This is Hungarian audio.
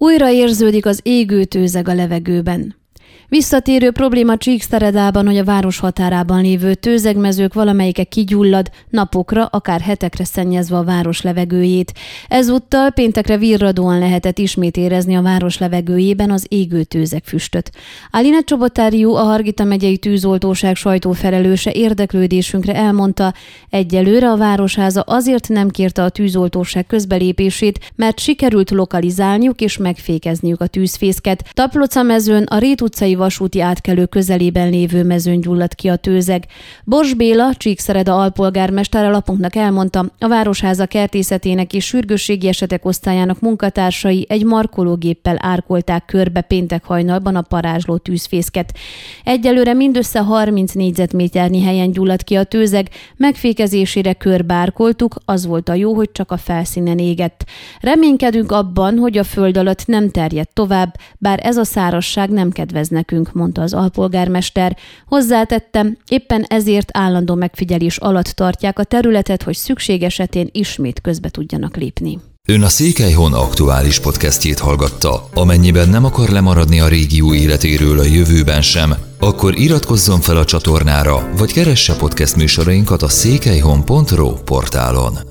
Újra érződik az égő tőzeg a levegőben. Visszatérő probléma Csíkszeredában, hogy a város határában lévő tőzegmezők valamelyike kigyullad, napokra, akár hetekre szennyezve a város levegőjét. Ezúttal péntekre virradóan lehetett ismét érezni a város levegőjében az égő tőzegfüstöt. Alina Csobotáriú, a Hargita megyei tűzoltóság sajtófelelőse érdeklődésünkre elmondta, egyelőre a Városháza azért nem kérte a tűzoltóság közbelépését, mert sikerült lokalizálniuk és megfékezniük a tűzfészket. Taplócamezőn, a Rét utcai vasúti átkelő közelében lévő mezőn gyulladt ki a tőzeg. Bors Béla, Csíkszereda alpolgármester a lapunknak elmondta, a Városháza kertészetének és sürgősségi esetek osztályának munkatársai egy markológéppel árkolták körbe péntek hajnalban a parázsló tűzfészket. Egyelőre mindössze 30 négyzetméternyi helyen gyulladt ki a tőzeg, megfékezésére körbe árkoltuk, az volt a jó, hogy csak a felszínen égett. Reménykedünk abban, hogy a föld alatt nem terjed tovább, bár ez a szárazság nem kedvez nekünk, mondta az alpolgármester. Hozzátettem, éppen ezért állandó megfigyelés alatt tartják a területet, hogy szükség esetén ismét közbe tudjanak lépni. Ön a Székelyhon aktuális podcastjét hallgatta. Amennyiben nem akar lemaradni a régió életéről a jövőben sem, akkor iratkozzon fel a csatornára, vagy keresse podcast műsorainkat a székelyhon.ro portálon.